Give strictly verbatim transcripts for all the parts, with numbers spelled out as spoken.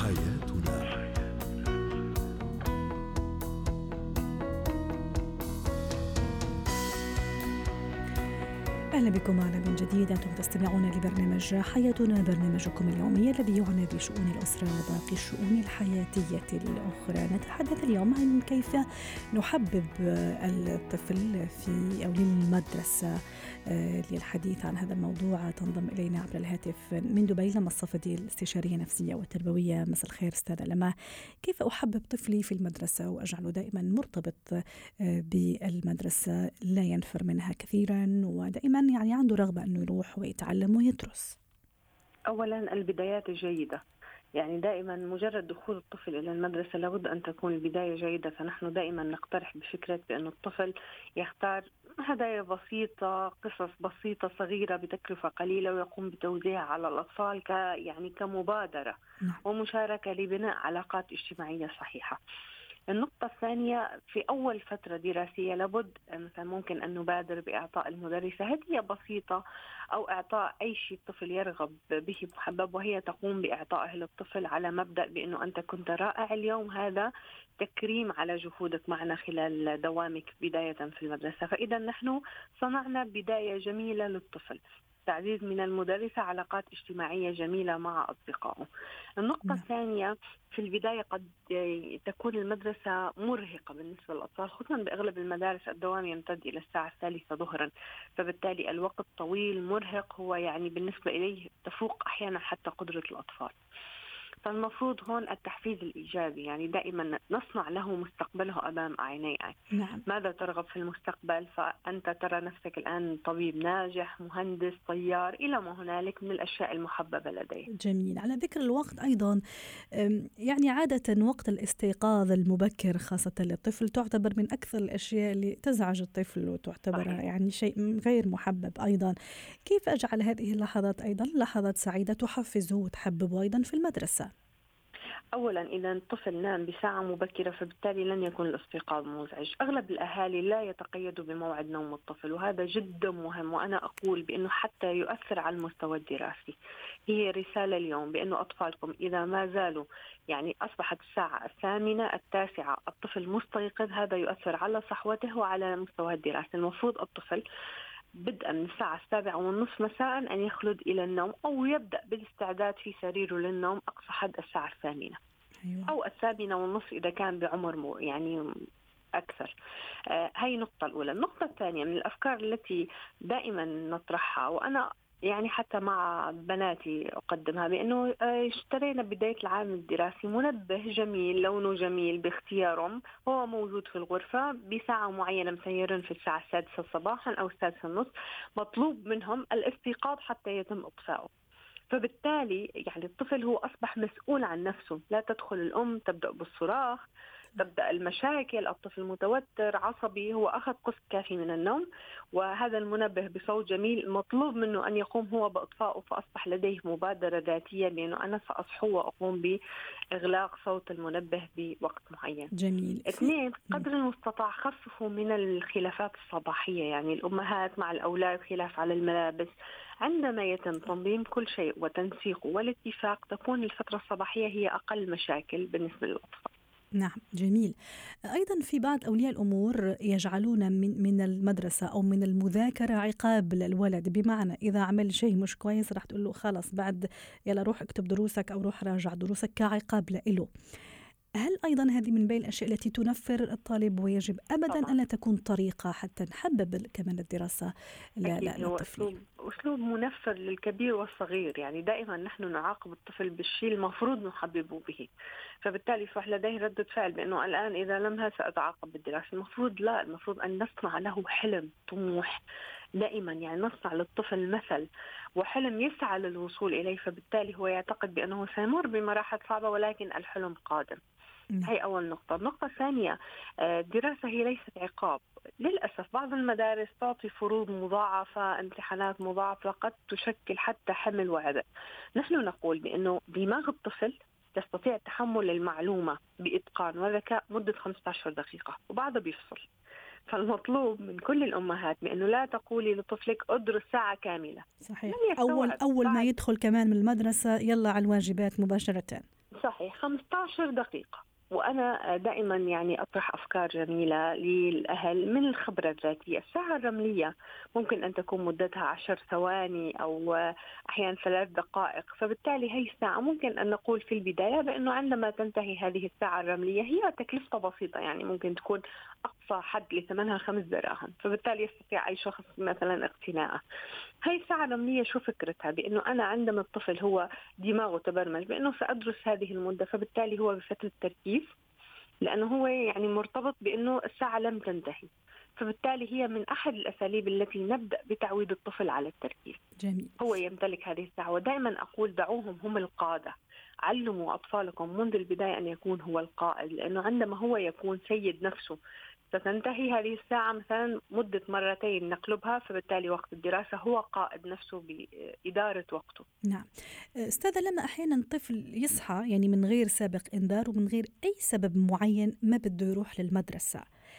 حياتنا. أهلا بكم معنا من جديد. أنتم تستمعون لبرنامج حياتنا، برنامجكم اليومي الذي يعنى بشؤون الأسرة وباقي الشؤون الحياتية الأخرى. نتحدث اليوم عن كيف نحبب الطفل في أو للمدرسة. للحديث عن هذا الموضوع تنضم إلينا عبر الهاتف من دبي لما الصفدي، الاستشارية النفسية والتربوية. مساء الخير أستاذة لما. كيف أحبب طفلي في المدرسة وأجعله دائما مرتبط بالمدرسة، لا ينفر منها كثيرا ودائما يعني عنده رغبة أنه يروح ويتعلم ويدرس؟ أولا البدايات الجيدة، يعني دائما مجرد دخول الطفل إلى المدرسة لابد أن تكون البداية جيدة. فنحن دائما نقترح بفكرة بأن الطفل يختار هدايا بسيطة، قصص بسيطة صغيرة بتكلفة قليلة، ويقوم بتوزيعها على الأطفال ك يعني كمبادرة ومشاركة لبناء علاقات اجتماعية صحيحة. النقطة الثانية، في أول فترة دراسية لابد مثلا ممكن أن نبادر بإعطاء المدرسة هدية بسيطة أو إعطاء أي شيء الطفل يرغب به محبب، وهي تقوم بإعطائه للطفل على مبدأ بأنه أنت كنت رائع اليوم، هذا تكريم على جهودك معنا خلال دوامك بداية في المدرسة. فإذا نحن صنعنا بداية جميلة للطفل، تعزيز من المدرسة علاقات اجتماعية جميلة مع أصدقائه. النقطة م. الثانية، في البداية قد تكون المدرسة مرهقة بالنسبة للأطفال، خصوصا بأغلب المدارس الدوام يمتد إلى الساعة الثالثة ظهرا، فبالتالي الوقت طويل مرهق، هو يعني بالنسبة إليه تفوق أحيانا حتى قدرة الأطفال. فالمفروض هون التحفيز الإيجابي، يعني دائما نصنع له مستقبله أمام عينيه. نعم. ماذا ترغب في المستقبل؟ فأنت ترى نفسك الآن طبيب ناجح، مهندس، طيار، إلى ما هنالك من الأشياء المحببة لديه. جميل. على ذكر الوقت أيضا، يعني عادة وقت الاستيقاظ المبكر خاصة للطفل تعتبر من أكثر الأشياء اللي تزعج الطفل وتعتبر صحيح. يعني شيء غير محبب أيضا. كيف أجعل هذه اللحظات أيضا لحظات سعيدة تحفزه وتحببه أيضا في المدرسة؟ أولا إذا الطفل نام بساعة مبكرة فبالتالي لن يكون الاستيقاظ مزعج. أغلب الأهالي لا يتقيدوا بموعد نوم الطفل، وهذا جدا مهم، وأنا أقول بأنه حتى يؤثر على المستوى الدراسي. هي رسالة اليوم بأنه أطفالكم إذا ما زالوا يعني أصبحت الساعة الثامنة التاسعة الطفل مستيقظ، هذا يؤثر على صحوته وعلى مستوى الدراسي. المفروض الطفل بدءا من الساعة السابعة والنصف مساء أن يخلد إلى النوم، أو يبدأ بالاستعداد في سريره للنوم أقصى حد الساعة الثامنة. أيوة. أو السابعة والنصف إذا كان بعمر يعني أكثر. آه هاي النقطة الأولى. النقطة الثانية، من الأفكار التي دائما نطرحها وأنا يعني حتى مع بناتي أقدمها، بأنه اشترينا بداية العام الدراسي منبه جميل لونه جميل باختيارهم، هو موجود في الغرفة بساعة معينة مسيرين في الساعة السادسة صباحا أو السادسة النصف، مطلوب منهم الاستيقاظ حتى يتم إطفاؤه. فبالتالي يعني الطفل هو أصبح مسؤول عن نفسه، لا تدخل الأم تبدأ بالصراخ، تبدأ المشاكل، الطفل متوتر عصبي، هو أخذ قسط كافي من النوم، وهذا المنبه بصوت جميل مطلوب منه أن يقوم هو بإطفائه، فأصبح لديه مبادرة ذاتية بأنه أنا سأصحو وأقوم بإغلاق صوت المنبه بوقت معين. جميل. اثنين، قدر المستطاع خففوا من الخلافات الصباحية، يعني الأمهات مع الأولاد خلاف على الملابس، عندما يتم تنظيم كل شيء وتنسيقه والاتفاق تكون الفترة الصباحية هي أقل مشاكل بالنسبة للأطفال. نعم، جميل. أيضا في بعض أولياء الأمور يجعلون من من المدرسة أو من المذاكرة عقاب للولد، بمعنى إذا عمل شيء مش كويس راح تقول له خلاص بعد يلا روح اكتب دروسك أو روح راجع دروسك كعقاب له. هل أيضا هذه من بين الأشياء التي تنفر الطالب، ويجب أبدا طبعا. ألا تكون طريقة حتى نحبب كمان الدراسة للطفل؟ أسلوب منفر للكبير والصغير، يعني دائما نحن نعاقب الطفل بالشيء المفروض نحببه به، فبالتالي يصبح لديه ردة فعل بأنه الآن إذا لم سأتعاقب بالدراسة. المفروض لا، المفروض أن نصنع له حلم طموح دائما، يعني نصنع للطفل مثل وحلم يسعى للوصول إليه، فبالتالي هو يعتقد بأنه سيمر بمراحل صعبة ولكن الحلم قادم. هي أول نقطة. النقطة الثانية، الدراسة هي ليست عقاب. للأسف بعض المدارس تعطي فروض مضاعفة، امتحانات مضاعفة قد تشكل حتى حمل وعبء. نحن نقول بأنه دماغ الطفل تستطيع تحمل المعلومة بإتقان وذكاء مدة خمسة عشر دقيقة وبعدها بيفصل. فالمطلوب من كل الأمهات بأنه لا تقولي لطفلك أدرس ساعة كاملة. صحيح. أول أول ما يدخل كمان من المدرسة يلا على الواجبات مباشرة. صحيح، خمسة عشر دقيقة. وأنا دائما يعني أطرح أفكار جميلة للأهل من الخبرة الذاتية. الساعة الرملية ممكن أن تكون مدتها عشر ثواني أو أحيانا ثلاث دقائق، فبالتالي هي الساعة ممكن أن نقول في البداية بأنه عندما تنتهي هذه الساعة الرملية هي تكلفتها بسيطة، يعني ممكن تكون أقصى حد لثمنها خمس دراهم، فبالتالي يستطيع أي شخص مثلا اقتناءها. هاي الساعة الرملية شو فكرتها؟ بأنه أنا عندما الطفل هو دماغه تبرمج بأنه سأدرس هذه المدة، فبالتالي هو بفترة تركيز، لأنه هو يعني مرتبط بأنه الساعة لم تنتهي، فبالتالي هي من أحد الأساليب التي نبدأ بتعويد الطفل على التركيز. جميل. هو يمتلك هذه الساعة، ودائما أقول دعوهم هم القادة. علموا أطفالكم منذ البداية أن يكون هو القائد، لأنه عندما هو يكون سيد نفسه ستنتهي هذه الساعة مثلا مدة مرتين نقلبها، فبالتالي وقت الدراسة هو قائد نفسه بإدارة وقته. نعم أستاذة لما أحيانا طفل يصحى يعني من غير سابق إنذار ومن غير أي سبب معين ما بده يروح للمدرسة،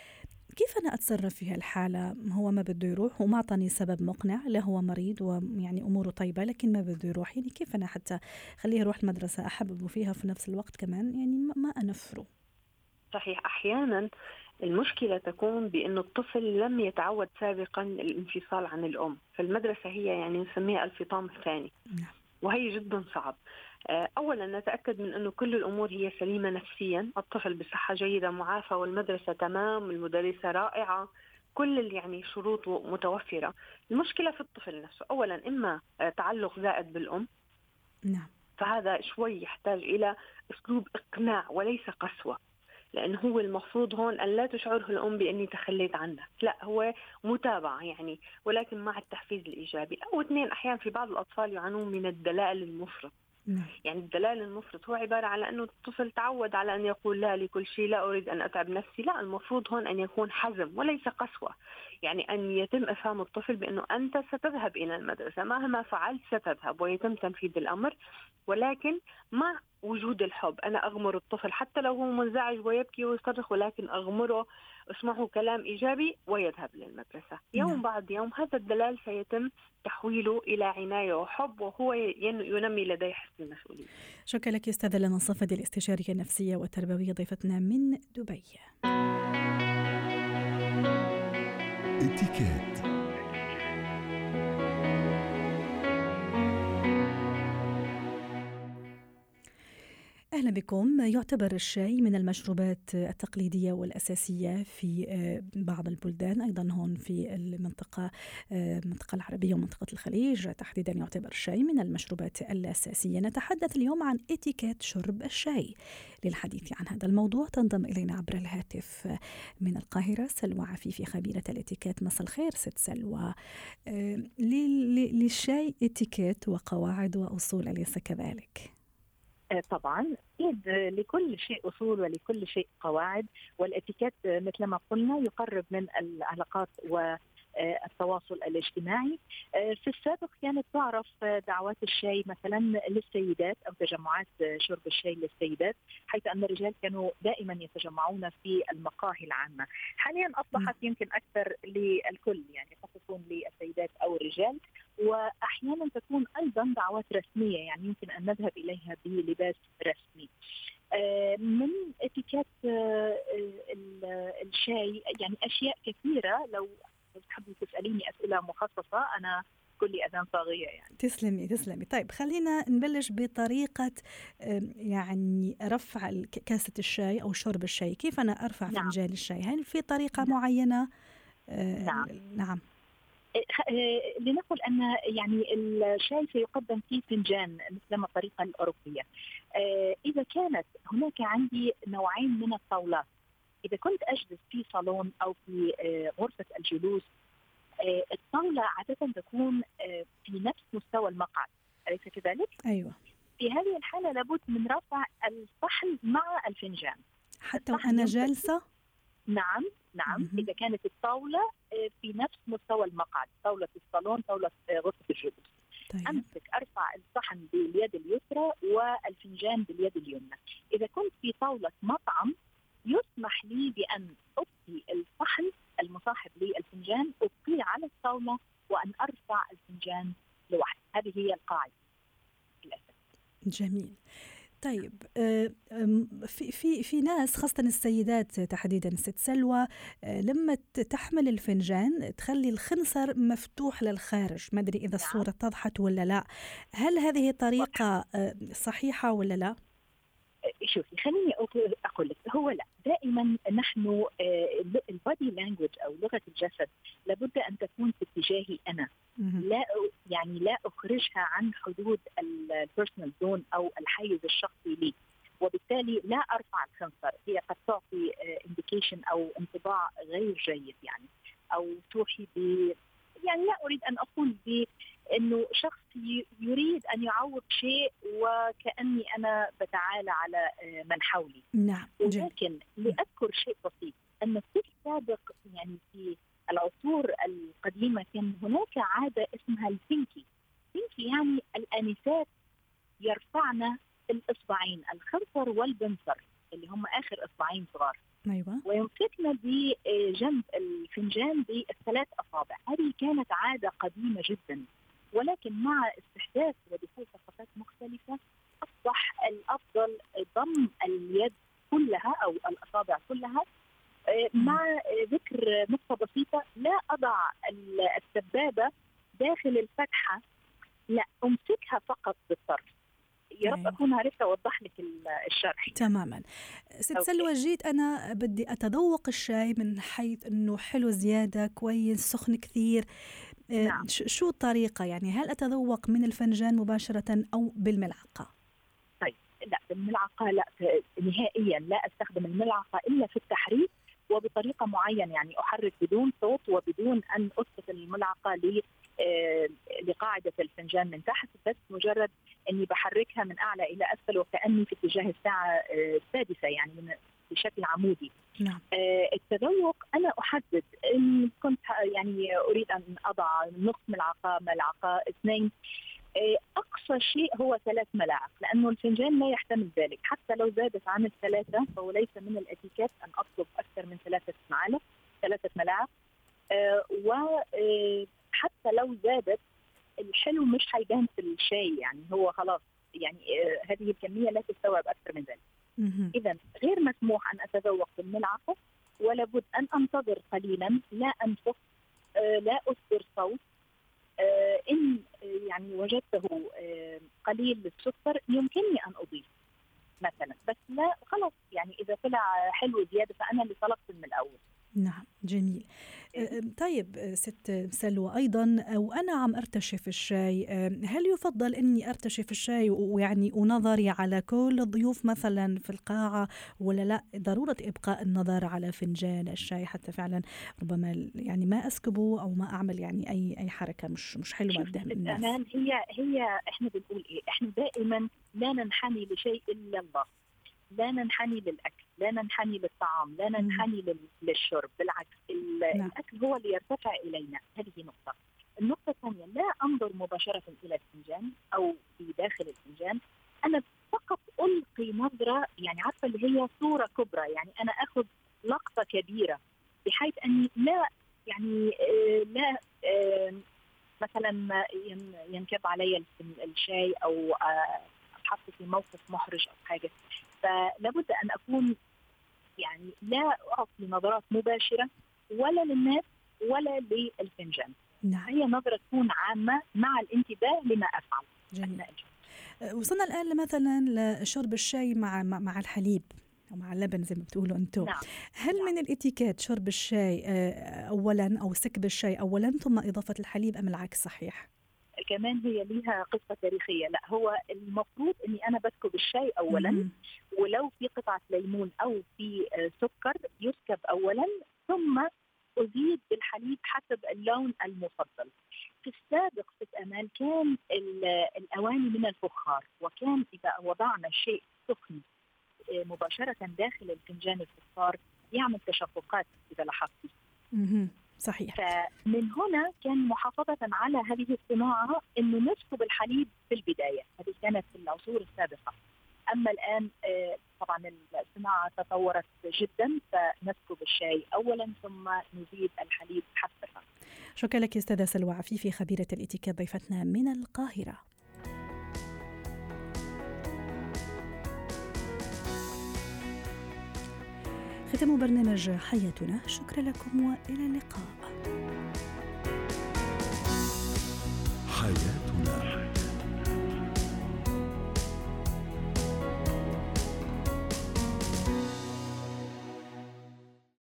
كيف أنا أتصرف في هالحالة؟ هو ما بده يروح وما أعطاني سبب مقنع، لا هو مريض ويعني أموره طيبة لكن ما بده يروح، يعني كيف أنا حتى خليه يروح المدرسة أحببه فيها في نفس الوقت كمان يعني ما أنفره؟ صحيح، أحيانا المشكلة تكون بأن الطفل لم يتعود سابقا الانفصال عن الأم، فالمدرسة هي يعني نسميها الفطام الثاني، وهي جدا صعب. أولا نتأكد من أنه كل الأمور هي سليمة نفسيا، الطفل بصحة جيدة معافى والمدرسة تمام، المدرسة رائعة، كل يعني شروط متوفرة. المشكلة في الطفل نفسه، أولا إما تعلق زائد بالأم، نعم، فهذا شوي يحتاج إلى أسلوب إقناع وليس قسوة، لأنه هو المفروض هون أن لا تشعره الأم بأني تخليت عنك، لا هو متابعة يعني، ولكن مع التحفيز الإيجابي. أو اثنين، أحيانا في بعض الأطفال يعانون من الدلال المفرط. يعني الدلال المفرط هو عبارة على أنه الطفل تعود على أن يقول لا لكل شيء، لا أريد أن أتعب نفسي. لا، المفروض هون أن يكون حزم وليس قسوة، يعني أن يتم إفهام الطفل بأنه أنت ستذهب إلى المدرسة، مهما فعلت ستذهب، ويتم تنفيذ الأمر، ولكن مع وجود الحب. أنا أغمر الطفل حتى لو هو منزعج ويبكي ويصرخ، ولكن أغمره، اسمعه كلام إيجابي ويذهب للمدرسة يوم نعم. بعد يوم. هذا الدلال سيتم تحويله إلى عناية وحب، وهو ينمي لديه حس المسؤولية. شكرا لك أستاذة لنا صفدي، الاستشارية النفسية والتربوية، ضيفتنا من دبي. اتيكيت. أهلا بكم. يعتبر الشاي من المشروبات التقليدية والأساسية في بعض البلدان، أيضا هون في المنطقة المنطقة العربية ومنطقة الخليج تحديدا يعتبر الشاي من المشروبات الأساسية. نتحدث اليوم عن اتيكيت شرب الشاي. للحديث عن هذا الموضوع تنضم إلينا عبر الهاتف من القاهرة سلوى عفيفي، خبيرة الاتيكيت. مساء الخير ست سلوى. للشاي اتيكيت وقواعد وأصول، أليس كذلك؟ طبعا أكيد لكل شيء أصول ولكل شيء قواعد، والاتيكيت مثل ما قلنا يقرب من العلاقات والتواصل الاجتماعي. في السابق كانت تعرف دعوات الشاي مثلا للسيدات أو تجمعات شرب الشاي للسيدات، حيث أن الرجال كانوا دائما يتجمعون في المقاهي العامة. حاليا أصبحت يمكن أكثر للكل، يعني قد تكون للسيدات أو الرجال، وأحيانا تكون أيضا دعوات رسمية، يعني يمكن أن نذهب إليها بلباس رسمي. من اتيكيت الشاي يعني أشياء كثيرة، لو تحبي تسأليني أسئلة مخصصة أنا كل أذان صاغية يعني. تسلمي تسلمي. طيب خلينا نبلش بطريقة يعني رفع كاسة الشاي أو شرب الشاي. كيف أنا أرفع نعم. فنجان الشاي؟ هل في طريقة نعم. معينة؟ نعم نعم لنقل أن يعني الشاي سيقدم في فنجان مثل الطريقة الأوروبية. إذا كانت هناك عندي نوعين من الطاولات، إذا كنت أجلس في صالون أو في غرفة الجلوس، الطاولة عادة تكون في نفس مستوى المقعد، أليس كذلك؟ أيوة. في هذه الحالة لابد من رفع الصحن مع الفنجان حتى وأنا جالسة؟ نعم نعم م-م. إذا كانت الطاولة في نفس مستوى المقعد، طاولة الصالون، طاولة غرفة الجلوس. طيب. أمسك أرفع الصحن باليد اليسرى والفنجان باليد اليمنى. إذا كنت في طاولة مطعم يسمح لي بأن أبقي الصحن المصاحب للفنجان أبقيه على الطاولة وأن أرفع الفنجان لوحده. هذه هي القاعدة الأساسية. جميل. طيب في في في ناس خاصة السيدات تحديدا ست سلوى لما تحمل الفنجان تخلي الخنصر مفتوح للخارج، ما أدري إذا الصورة اتضحت ولا لا، هل هذه طريقة صحيحة ولا لا؟ شوفي خليني أقول لك، هو لا، دائما نحن البادي لانجوج أو لغة الجسد لابد أن تكون في اتجاهي أنا، لا يعني لا أخرجها عن حدود البيرسونال زون أو الحيز الشخصي لي، وبالتالي لا أرفع الخنصر. هي قد تعطي انديكيشن أو انطباع غير جيد يعني، أو توحي ب يعني لا أريد أن أقول ب إنه شخص يريد أن يعوض شيء وكأني أنا بتعالى على من حولي. نعم. ولكن لأذكر شيء بسيط، أن في السابق يعني في العصور القديمة كان هناك عادة اسمها البينكي. البينكي يعني الآنسات يرفعن الإصبعين الخنصر والبنصر اللي هم آخر إصبعين صغار، أيوة. ويمسكن بجنب الفنجان بالثلاث أصابع. هذه كانت عادة قديمة جدا، ولكن مع استحداث ودخول ثقافات مختلفة أصبح الأفضل ضم اليد كلها أو الأصابع كلها، مع ذكر نقطة بسيطة، لا أضع السبابة داخل الفتحة، لا أمسكها فقط بالطرف. يا رب أكون عرفت أوضح لك الشرح. تماما. ست سلوى، جيت أنا بدي أتذوق الشاي من حيث أنه حلو زيادة، كويس، سخن كثير، نعم. شو الطريقة يعني؟ هل أتذوق من الفنجان مباشرة أو بالملعقة؟ طيب لا، بالملعقة لا نهائيا، لا أستخدم الملعقة إلا في التحريك وبطريقة معينة، يعني أحرك بدون صوت وبدون أن أسقط الملعقة لقاعدة الفنجان من تحت، بس مجرد أني بحركها من أعلى إلى أسفل وكأني في اتجاه الساعة السادسة يعني بشكل عمودي. نعم. التذوق أنا أحدد إن كنت يعني أريد أن أضع نصف ملعقة، ملعقة، اثنين، أقصى شيء هو ثلاث ملاعق، لأنه الفنجان لا يحتمل ذلك. حتى لو زادت عن الثلاثة فهو ليس من الاتيكيت أن أطلب أكثر من ثلاثة معالق، ثلاثة ملاعق. وحتى لو زادت الحلو مش هيبان في الشاي، يعني هو خلاص يعني هذه الكمية لا تستوعب أكثر من ذلك. إذن غير مسموح أن أتذوق بالملعقة، ولا بد أن أنتظر قليلا، لا أنفخ، لا أصدر صوت. إن يعني وجدته قليل للسكر يمكنني أن أضيف مثلا، بس لا خلاص يعني إذا طلع حلو زيادة فأنا اللي طلبت من الأول. نعم، جميل. طيب ست سلوى، أيضا وأنا عم أرتشف الشاي، هل يفضل أني أرتشف الشاي ويعني ونظري على كل الضيوف مثلا في القاعة، ولا لا ضرورة إبقاء النظر على فنجان الشاي حتى فعلا ربما يعني ما أسكبه أو ما أعمل يعني أي أي حركة مش مش حلوة قدام الناس؟ هي هي إحنا بنقول إيه، إحنا دائما لا ننحني لشيء إلا الله، لا ننحني للأكل، لا ننحني للطعام، لا ننحني للشرب، بالعكس نعم. الأكل هو اللي يرتفع إلينا. هذه نقطة. النقطة الثانية، لا أنظر مباشرة إلى الفنجان أو في داخل الفنجان، أنا فقط ألقي نظرة يعني عارفة اللي هي صورة كبرى، يعني أنا أخذ لقطة كبيرة بحيث أني لا يعني لا مثلا ينكب علي الشاي أو أتحط في موقف محرج أو حاجة. فلابد أن أكون يعني لا أعطي نظرات مباشرة ولا للناس ولا للفنجان. نعم. هي نظرة تكون عامة مع الانتباه لما أفعل. جميل. وصلنا الآن مثلا لشرب الشاي مع مع الحليب أو مع اللبن زي ما بتقولوا أنتم. نعم. هل نعم. من الاتيكيت شرب الشاي أولا أو سكب الشاي أولا ثم إضافة الحليب أم العكس صحيح؟ كمان هي ليها قصة تاريخية. لا، هو المفروض أني أنا بسكب الشاي أولا، م- ولو في قطعة ليمون أو في سكر يسكب أولا ثم أزيد بالحليب حسب اللون المفضل. في السابق في الأمال كان الأواني من الفخار، وكان إذا وضعنا شيء سخن مباشرة داخل الفنجان الفخار يعمل تشققات إذا لاحظتي. صحيح. فمن هنا كان محافظة على هذه الصناعة إنه نسكب الحليب في البداية، هذه كانت في العصور السابقة. أما الآن طبعا الصناعة تطورت جدا، فنسكب الشاي أولا ثم نزيد الحليب حسب الرغبة. شكرا لك أستاذة سلوى عفيفي، خبيرة الاتيكيت، ضيفتنا من القاهرة. ختام برنامج حياتنا، شكرا لكم وإلى اللقاء.